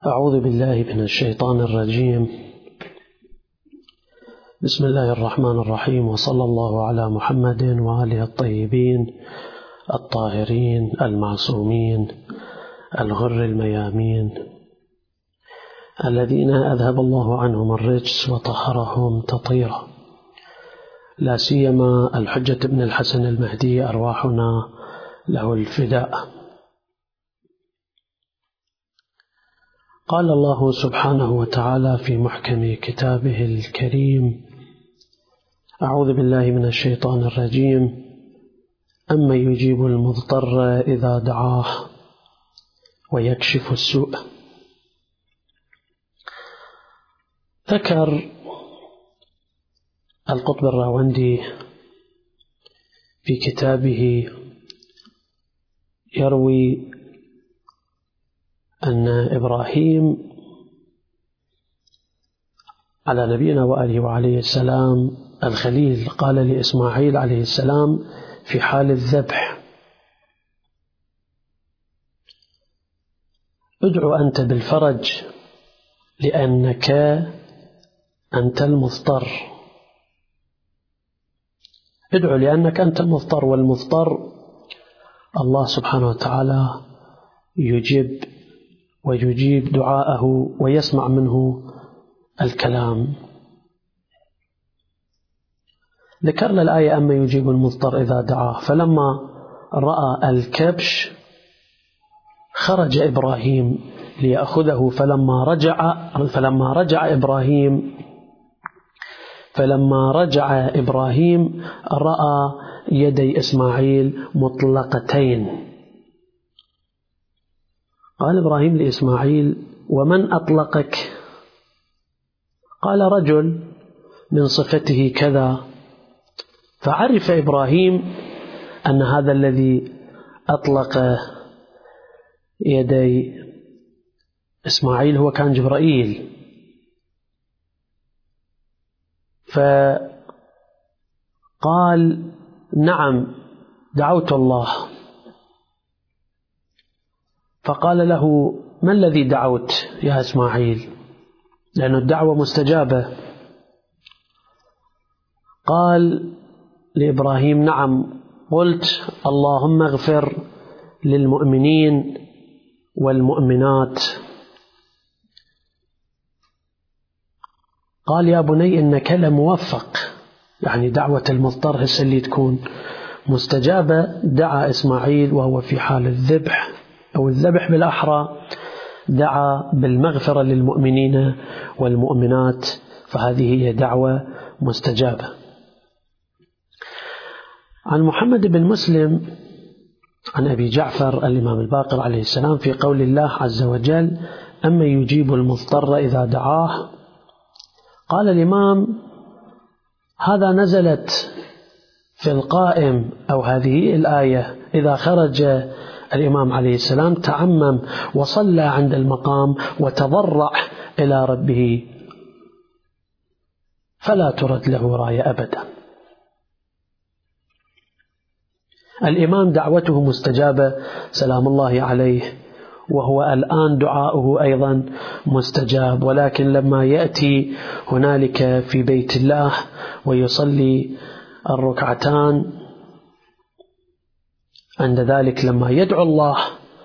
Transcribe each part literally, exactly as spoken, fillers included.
أعوذ بالله من الشيطان الرجيم. بسم الله الرحمن الرحيم، وصلى الله على محمد وآله الطيبين الطاهرين المعصومين الغر الميامين الذين أذهب الله عنهم الرجس وطهرهم تطهيرا، لا سيما الحجة بن الحسن المهدي أرواحنا له الفداء. قال الله سبحانه وتعالى في محكم كتابه الكريم: أعوذ بالله من الشيطان الرجيم. أمن يجيب المضطر إذا دعاه ويكشف السوء. ذكر القطب الراوندي في كتابه يروي أن إبراهيم على نبينا وآله وعليه السلام الخليل قال لإسماعيل عليه السلام في حال الذبح: ادع أنت بالفرج لأنك أنت المضطر. ادع لأنك أنت المضطر، والمضطر الله سبحانه وتعالى يجيب ويجيب دعاءه ويسمع منه الكلام. ذكرنا الآية: أما يجيب المضطر إذا دعاه. فلما رأى الكبش خرج إبراهيم ليأخذه، فلما رجع فلما رجع إبراهيم فلما رجع إبراهيم رأى يدي إسماعيل مطلقتين. قال إبراهيم لإسماعيل: ومن أطلقك؟ قال: رجل من صفته كذا. فعرف إبراهيم أن هذا الذي أطلق يدي إسماعيل هو كان جبرائيل. فقال: نعم، دعوت الله. فقال له: ما الذي دعوت يا إسماعيل؟ لأن الدعوة مستجابة. قال لإبراهيم: نعم، قلت اللهم اغفر للمؤمنين والمؤمنات. قال: يا بني إنك لموفق. يعني دعوة المضطر هسه اللي تكون مستجابة. دعا إسماعيل وهو في حال الذبح أو الذبح بالأحرى، دعا بالمغفرة للمؤمنين والمؤمنات، فهذه هي دعوة مستجابة. عن محمد بن مسلم عن أبي جعفر الإمام الباقر عليه السلام في قول الله عز وجل: أما يجيب المضطر إذا دعاه. قال الإمام: هذا نزلت في القائم، أو هذه الآية إذا خرج الإمام عليه السلام تعمم وصلى عند المقام وتضرع إلى ربه فلا ترد له راية أبدا. الإمام دعوته مستجابة سلام الله عليه، وهو الآن دعاؤه أيضا مستجاب، ولكن لما يأتي هنالك في بيت الله ويصلي الركعتان، عند ذلك لما يدعو الله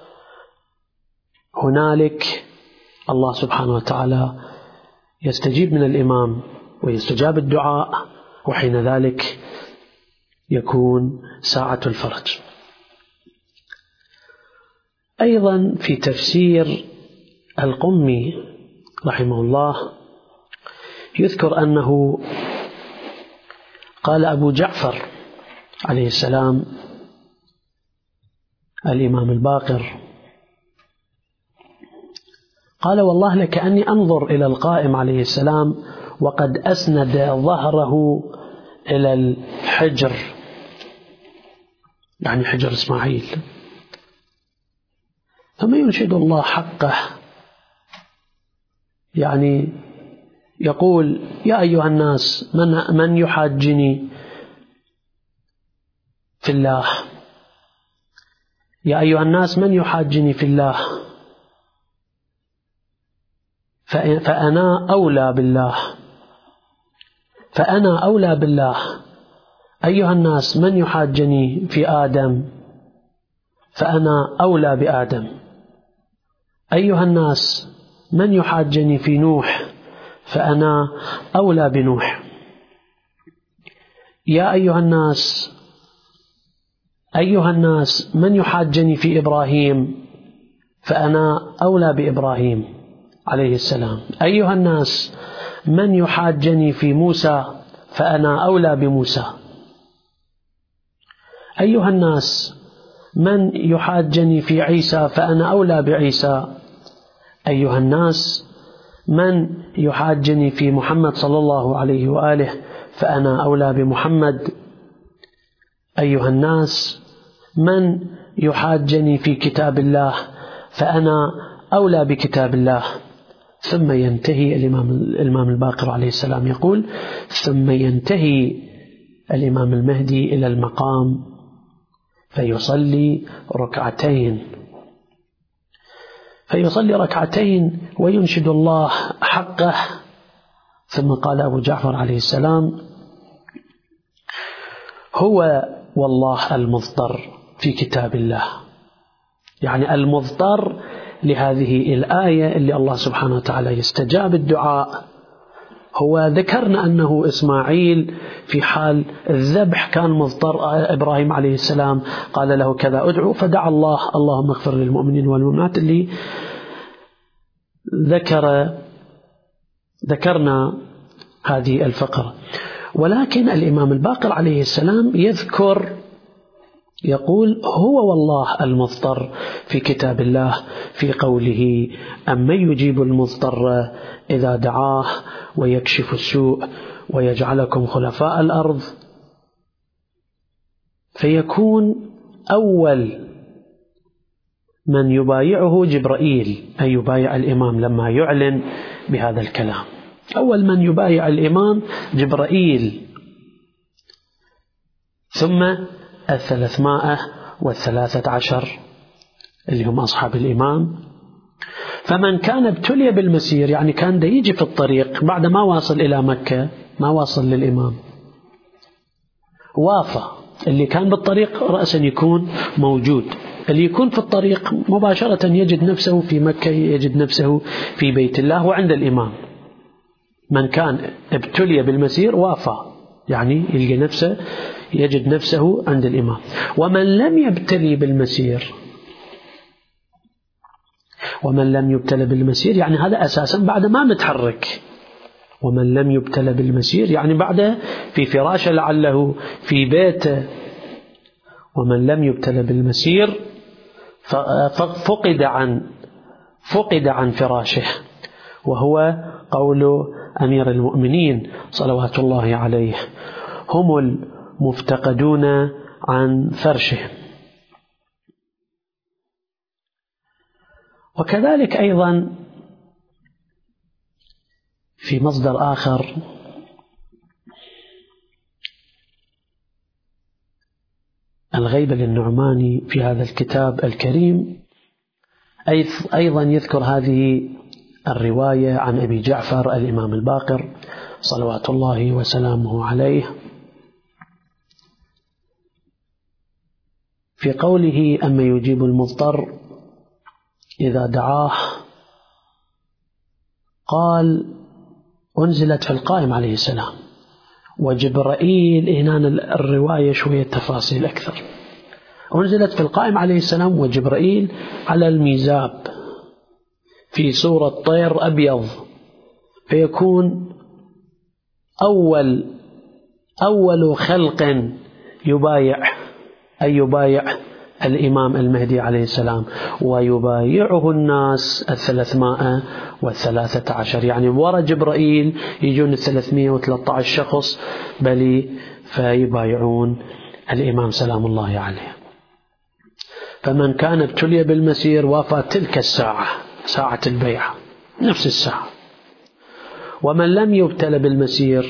هنالك الله سبحانه وتعالى يستجيب من الإمام ويستجاب الدعاء، وحين ذلك يكون ساعة الفرج. أيضا في تفسير القمي رحمه الله يذكر أنه قال أبو جعفر عليه السلام الإمام الباقر قال: والله لكأني أنظر إلى القائم عليه السلام وقد أسند ظهره إلى الحجر، يعني حجر إسماعيل، فما ينشد الله حقه. يعني يقول: يا أيها الناس، من, من يحاجني في الله؟ يا أيها الناس من يحاجني في الله؟ فأنا أولى بالله فأنا أولى بالله أيها الناس من يحاجني في آدم فأنا أولى بآدم أيها الناس من يحاجني في نوح فأنا أولى بنوح يا أيها الناس أيها الناس من يحاجني في إبراهيم فأنا أولى بإبراهيم عليه السلام أيها الناس من يحاجني في موسى فأنا أولى بموسى أيها الناس من يحاجني في عيسى فأنا أولى بعيسى أيها الناس من يحاجني في محمد صلى الله عليه وآله فأنا أولى بمحمد أيها الناس من يحاجني في كتاب الله فأنا أولى بكتاب الله. ثم ينتهي الإمام, الإمام الباقر عليه السلام يقول ثم ينتهي الإمام المهدي إلى المقام فيصلي ركعتين فيصلي ركعتين وينشد الله حقه. ثم قال أبو جعفر عليه السلام هو والله المضطر في كتاب الله، يعني المضطر لهذه الآية اللي الله سبحانه وتعالى يستجاب الدعاء. هو ذكرنا أنه إسماعيل في حال الذبح كان مضطر، إبراهيم عليه السلام قال له كذا أدعو فدعا الله اللهم اغفر للمؤمنين والمؤمنات اللي ذكر ذكرنا هذه الفقرة. ولكن الإمام الباقر عليه السلام يذكر يقول هو والله المضطر في كتاب الله في قوله أمن يجيب المضطر إذا دعاه ويكشف السوء ويجعلكم خلفاء الأرض. فيكون أول من يبايعه جبرائيل، أي يبايع الإمام لما يعلن بهذا الكلام. أول من يبايع الإمام جبرائيل، ثم الثلاثمائة والثلاثة عشر اللي هم أصحاب الإمام. فمن كان ابتلي بالمسير، يعني كان دا يجي في الطريق بعد ما واصل إلى مكة، ما واصل للإمام، وافى اللي كان بالطريق رأسا يكون موجود، اللي يكون في الطريق مباشرة يجد نفسه في مكة، يجد نفسه في بيت الله وعند الإمام. من كان ابتلي بالمسير وافى، يعني يلقى نفسه يجد نفسه عند الإمام. ومن لم يبتلي بالمسير ومن لم يبتلى بالمسير يعني هذا أساسا بعد ما متحرك. ومن لم يبتلى بالمسير يعني بعد في فراشه لعله في بيته. ومن لم يبتلى بالمسير فقد عن فقد عن فراشه، وهو قول أمير المؤمنين صلوات الله عليه هم المفتقدون عن فرشهم. وكذلك أيضا في مصدر آخر الغيبة للنعماني في هذا الكتاب الكريم أيضا يذكر هذه الرواية عن أبي جعفر الإمام الباقر صلوات الله وسلامه عليه في قوله أما يجيب المضطر إذا دعاه، قال أنزلت في القائم عليه السلام، وجبرائيل هنا الرواية شوية تفاصيل أكثر. أنزلت في القائم عليه السلام وجبرائيل على الميزاب في صورة طير أبيض، فيكون أول أول خلق يبايع أي يبايع الإمام المهدي عليه السلام، ويبايعه الناس الثلاثمائة والثلاثة عشر، يعني وراء جبرائيل يجون الثلاثمائة وثلاثة عشر شخص بل فيبايعون الإمام سلام الله عليه. فمن كان ابتلي بالمسير وافى تلك الساعة، ساعة البيعة نفس الساعة. ومن لم يبتل بالمسير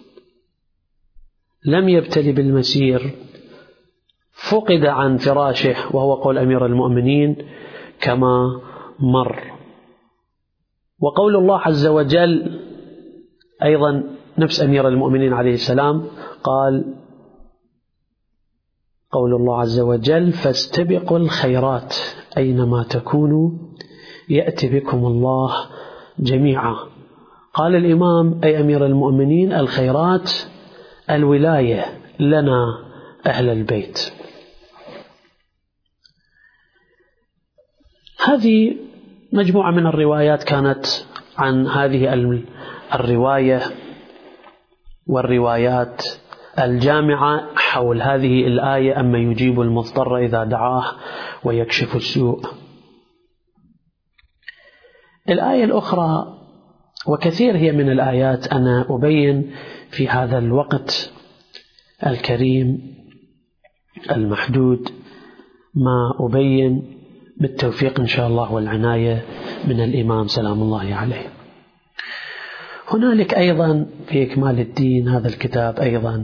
لم يبتلي بالمسير فقد عن فراشه، وهو قول أمير المؤمنين كما مر. وقول الله عز وجل أيضا نفس أمير المؤمنين عليه السلام قال قول الله عز وجل فاستبقوا الخيرات أينما تكونوا يأتي بكم الله جميعا. قال الإمام أي أمير المؤمنين الخيرات الولاية لنا أهل البيت. هذه مجموعة من الروايات كانت عن هذه الرواية والروايات الجامعة حول هذه الآية أما يجيب المضطر إذا دعاه ويكشف السوء. الآية الأخرى وكثير هي من الآيات أنا أبين في هذا الوقت الكريم المحدود ما أبين بالتوفيق إن شاء الله والعناية من الإمام سلام الله عليه. هنالك أيضا في إكمال الدين هذا الكتاب أيضا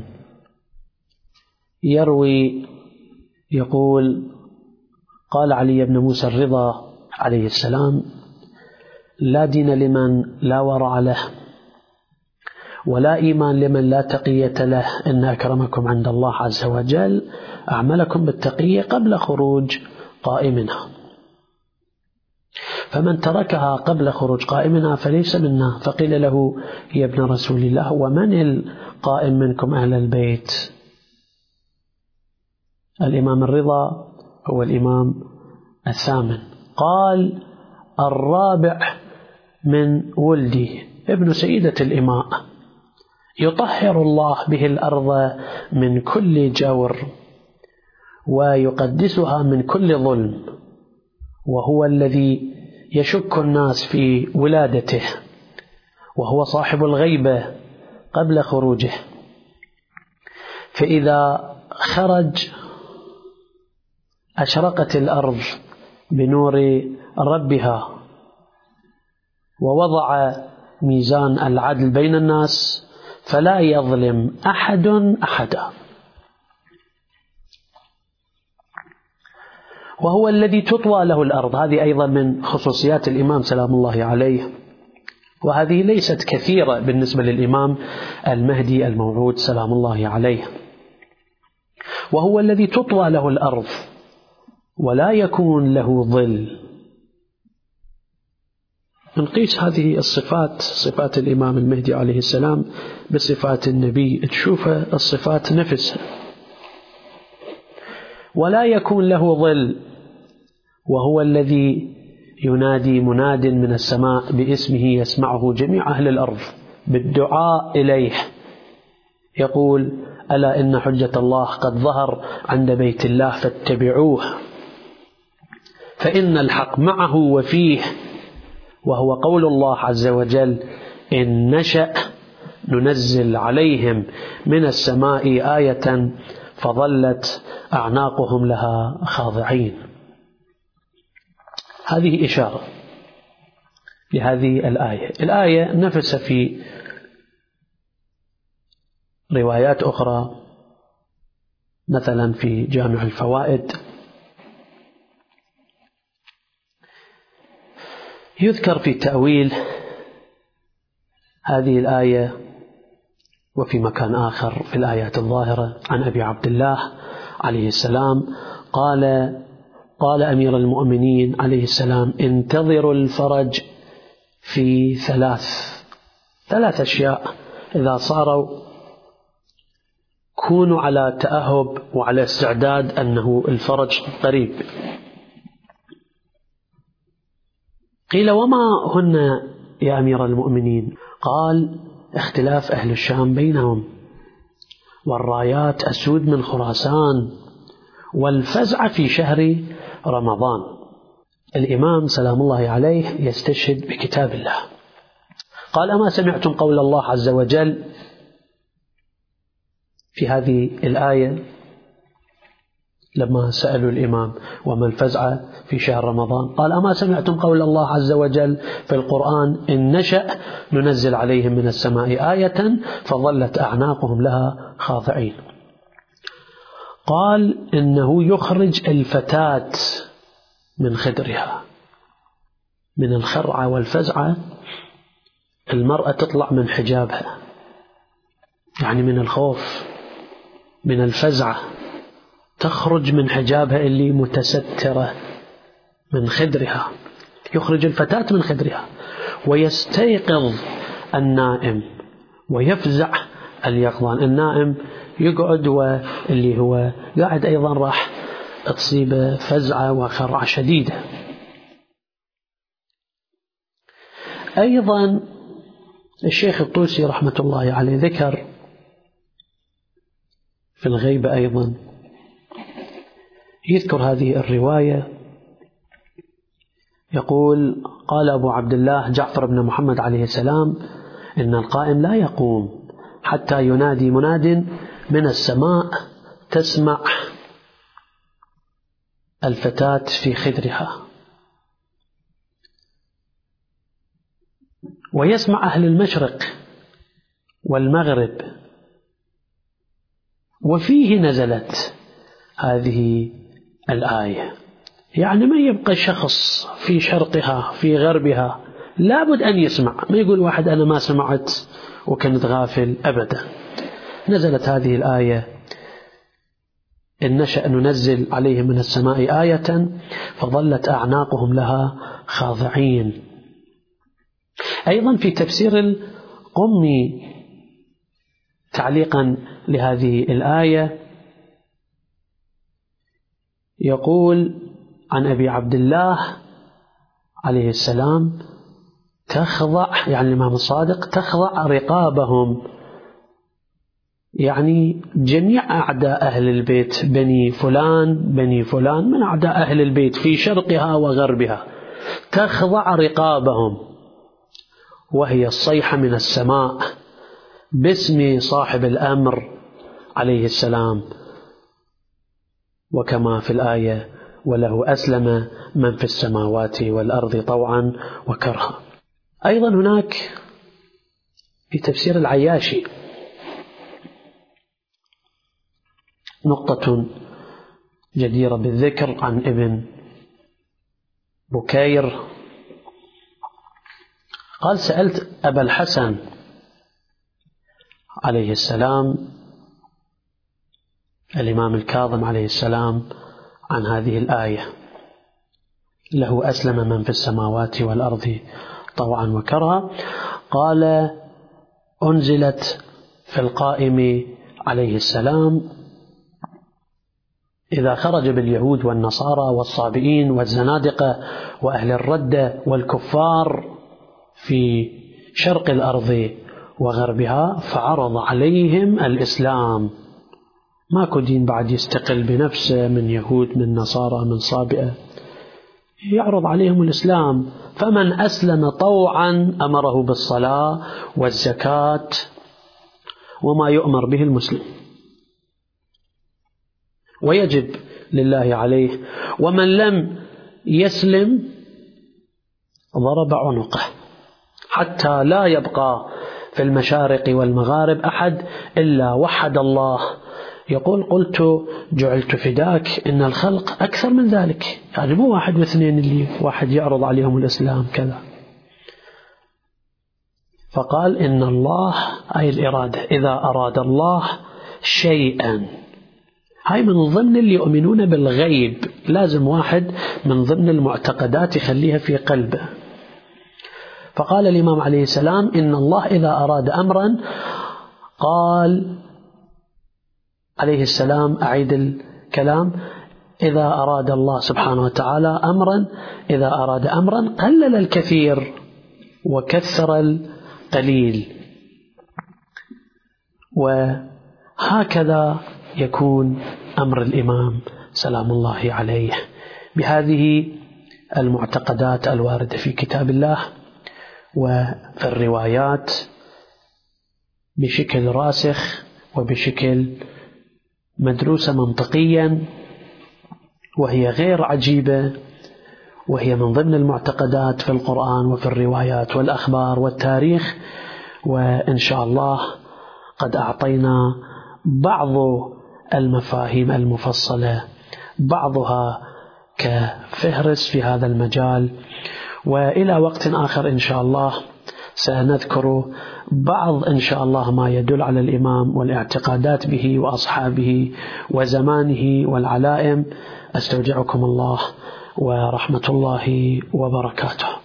يروي يقول قال علي بن موسى الرضا عليه السلام لا دين لمن لا ورع له ولا إيمان لمن لا تقية له إن أكرمكم عند الله عز وجل أعملكم بالتقية قبل خروج قائمها، فمن تركها قبل خروج قائمها فليس منا. فقيل له يا ابن رسول الله ومن القائم منكم أهل البيت؟ الإمام الرضا هو الإمام الثامن. قال الرابع من ولدي ابن سيدة الإماء يطهر الله به الأرض من كل جور ويقدسها من كل ظلم، وهو الذي يشك الناس في ولادته، وهو صاحب الغيبة قبل خروجه، فإذا خرج أشرقت الأرض بنور ربها ووضع ميزان العدل بين الناس فلا يظلم أحد أحدا، وهو الذي تطوى له الأرض. هذه أيضا من خصوصيات الإمام سلام الله عليه، وهذه ليست كثيرة بالنسبة للإمام المهدي الموعود سلام الله عليه. وهو الذي تطوى له الأرض ولا يكون له ظل. نقيس هذه الصفات صفات الإمام المهدي عليه السلام بصفات النبي تشوف الصفات نفسها. ولا يكون له ظل، وهو الذي ينادي مناد من السماء باسمه يسمعه جميع أهل الأرض بالدعاء إليه، يقول ألا إن حجة الله قد ظهر عند بيت الله فاتبعوه فإن الحق معه وفيه، وهو قول الله عز وجل إن نشأ ننزل عليهم من السماء آية فظلت أعناقهم لها خاضعين. هذه إشارة لهذه الآية. الآية نفسها في روايات أخرى مثلا في جامع الفوائد يذكر في تأويل هذه الآية وفي مكان آخر في الآيات الظاهرة عن أبي عبد الله عليه السلام قال قال أمير المؤمنين عليه السلام انتظروا الفرج في ثلاث ثلاث أشياء إذا صاروا كونوا على تأهب وعلى استعداد أنه الفرج قريب. قيل وما هن يا أمير المؤمنين؟ قال اختلاف أهل الشام بينهم، والرايات أسود من خراسان، والفزع في شهر رمضان. الإمام سلام الله عليه يستشهد بكتاب الله. قال أما سمعتم قول الله عز وجل في هذه الآية لما سألوا الإمام وما الفزع في شهر رمضان؟ قال أما سمعتم قول الله عز وجل في القرآن إن نشأ ننزل عليهم من السماء آية فظلت أعناقهم لها خاضعين. قال إنه يخرج الفتاة من خدرها، من الخرعة والفزعة المرأة تطلع من حجابها، يعني من الخوف من الفزعة تخرج من حجابها اللي متسترة من خدرها، يخرج الفتاة من خدرها، ويستيقظ النائم ويفزع اليقظان. النائم يقعد واللي هو قاعد أيضا راح تصيب فزعة وخرعة شديدة. أيضا الشيخ الطوسي رحمة الله عليه ذكر في الغيبة أيضا، يذكر هذه الرواية، يقول: قال أبو عبد الله جعفر بن محمد عليه السلام: إن القائم لا يقوم حتى ينادي مناد من السماء تسمع الفتاة في خدرها، ويسمع أهل المشرق والمغرب. وفيه نزلت هذه الآية، يعني ما يبقى شخص في شرقها في غربها لابد أن يسمع، ما يقول واحد أنا ما سمعت وكنت غافل أبدا. نزلت هذه الآية: إن نشأ ننزل عليهم من السماء آية فظلت أعناقهم لها خاضعين. أيضا في تفسير القمي تعليقا لهذه الآية يقول عن أبي عبد الله عليه السلام: تخضع، يعني الإمام الصادق، تخضع رقابهم، يعني جميع أعداء أهل البيت، بني فلان بني فلان من أعداء أهل البيت في شرقها وغربها، تخضع رقابهم، وهي الصيحة من السماء باسم صاحب الأمر عليه السلام، وكما في الآية: وله أسلم من في السماوات والأرض طوعا وكرها. أيضا هناك في تفسير العياشي نقطة جديرة بالذكر عن ابن بكير قال: سألت أبا الحسن عليه السلام الإمام الكاظم عليه السلام عن هذه الآية: له أسلم من في السماوات والأرض طوعا وكرها. قال: أنزلت في القائم عليه السلام إذا خرج باليهود والنصارى والصابئين والزنادقة وأهل الردة والكفار في شرق الأرض وغربها فعرض عليهم الإسلام. ماكو دين بعد يستقل بنفسه من يهود من نصارى من صابئة، يعرض عليهم الإسلام. فمن أسلم طوعا أمره بالصلاة والزكاة وما يؤمر به المسلم، ويجب لله عليه. ومن لم يسلم ضرب عنقه، حتى لا يبقى في المشارق والمغارب أحد إلا وحد الله. يقول: قلت جعلت فداك إن الخلق أكثر من ذلك، يعني مو واحد واثنين اللي واحد يعرض عليهم الإسلام كذا. فقال: إن الله، أي الإرادة، إذا أراد الله شيئا، هاي من ضمن اللي يؤمنون بالغيب، لازم واحد من ضمن المعتقدات يخليها في قلبه. فقال الإمام عليه السلام: إن الله إذا أراد أمرا، قال عليه السلام، أعيد الكلام: إذا أراد الله سبحانه وتعالى أمرا، إذا أراد أمرا قلل الكثير وكثر القليل. وهكذا يكون أمر الإمام سلام الله عليه بهذه المعتقدات الواردة في كتاب الله وفي الروايات بشكل راسخ وبشكل مدروسة منطقيا، وهي غير عجيبة، وهي من ضمن المعتقدات في القرآن وفي الروايات والأخبار والتاريخ. وإن شاء الله قد أعطينا بعض المفاهيم المفصلة، بعضها كفهرس في هذا المجال. وإلى وقت آخر إن شاء الله سنذكر بعض إن شاء الله ما يدل على الإمام والاعتقادات به وأصحابه وزمانه والعلائم. أستودعكم الله ورحمة الله وبركاته.